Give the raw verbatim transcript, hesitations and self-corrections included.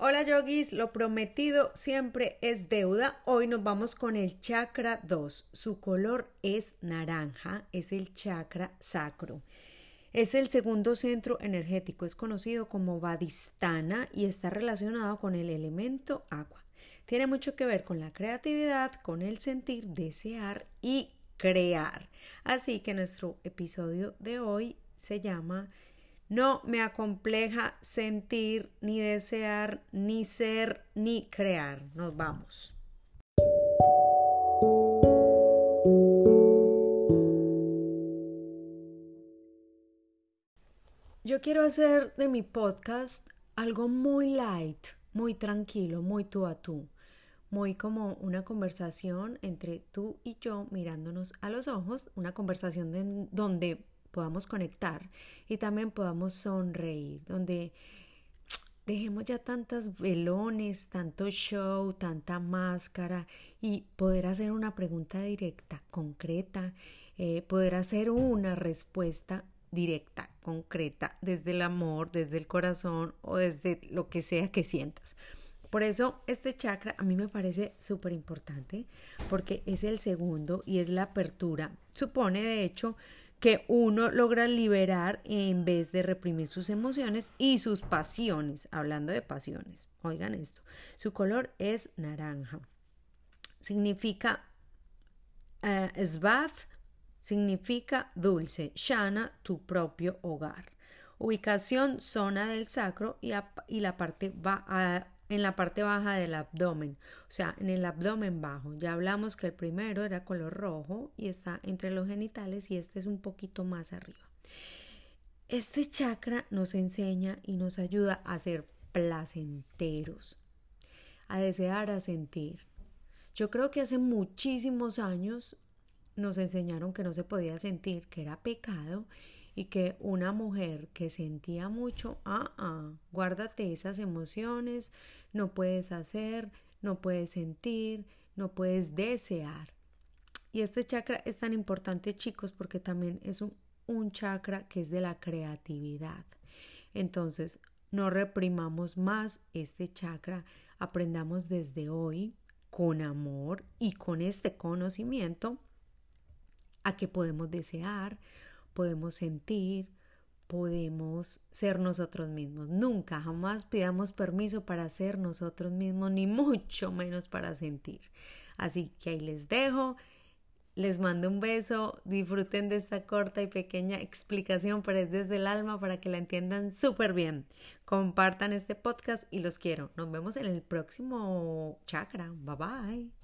Hola yogis, lo prometido siempre es deuda. Hoy nos vamos con el chakra dos. Su color es naranja, es el chakra sacro. Es el segundo centro energético, es conocido como Vadhisthana y está relacionado con el elemento agua. Tiene mucho que ver con la creatividad, con el sentir, desear y crear. Así que nuestro episodio de hoy se llama No me acompleja sentir, ni desear, ni ser, ni crear. Nos vamos. Yo quiero hacer de mi podcast algo muy light, muy tranquilo, muy tú a tú, muy como una conversación entre tú y yo mirándonos a los ojos, una conversación de, donde podamos conectar y también podamos sonreír, donde dejemos ya tantas velones, tanto show, tanta máscara y poder hacer una pregunta directa, concreta, eh, poder hacer una respuesta directa, concreta, desde el amor, desde el corazón o desde lo que sea que sientas. Por eso este chakra a mí me parece súper importante porque es el segundo y es la apertura. Supone de hecho que uno logra liberar en vez de reprimir sus emociones y sus pasiones. Hablando de pasiones, oigan esto, su color es naranja. Significa uh, Svav, significa dulce. Shana, tu propio hogar. Ubicación, zona del sacro y, a, y la parte va a, en la parte baja del abdomen, o sea, en el abdomen bajo. Ya hablamos que el primero era color rojo y está entre los genitales y este es un poquito más arriba. Este chakra nos enseña y nos ayuda a ser placenteros, a desear, a sentir. Yo creo que hace muchísimos años nos enseñaron que no se podía sentir, que era pecado y que una mujer que sentía mucho, ah, ah, guárdate esas emociones, no puedes hacer, no puedes sentir, no puedes desear. Y este chakra es tan importante, chicos, porque también es un, un chakra que es de la creatividad. Entonces, no reprimamos más este chakra, aprendamos desde hoy con amor y con este conocimiento a que podemos desear, podemos sentir, podemos ser nosotros mismos. Nunca, jamás pidamos permiso para ser nosotros mismos, ni mucho menos para sentir. Así que ahí les dejo, les mando un beso, disfruten de esta corta y pequeña explicación, pero es desde el alma para que la entiendan súper bien. Compartan este podcast y los quiero. Nos vemos en el próximo chakra. Bye bye.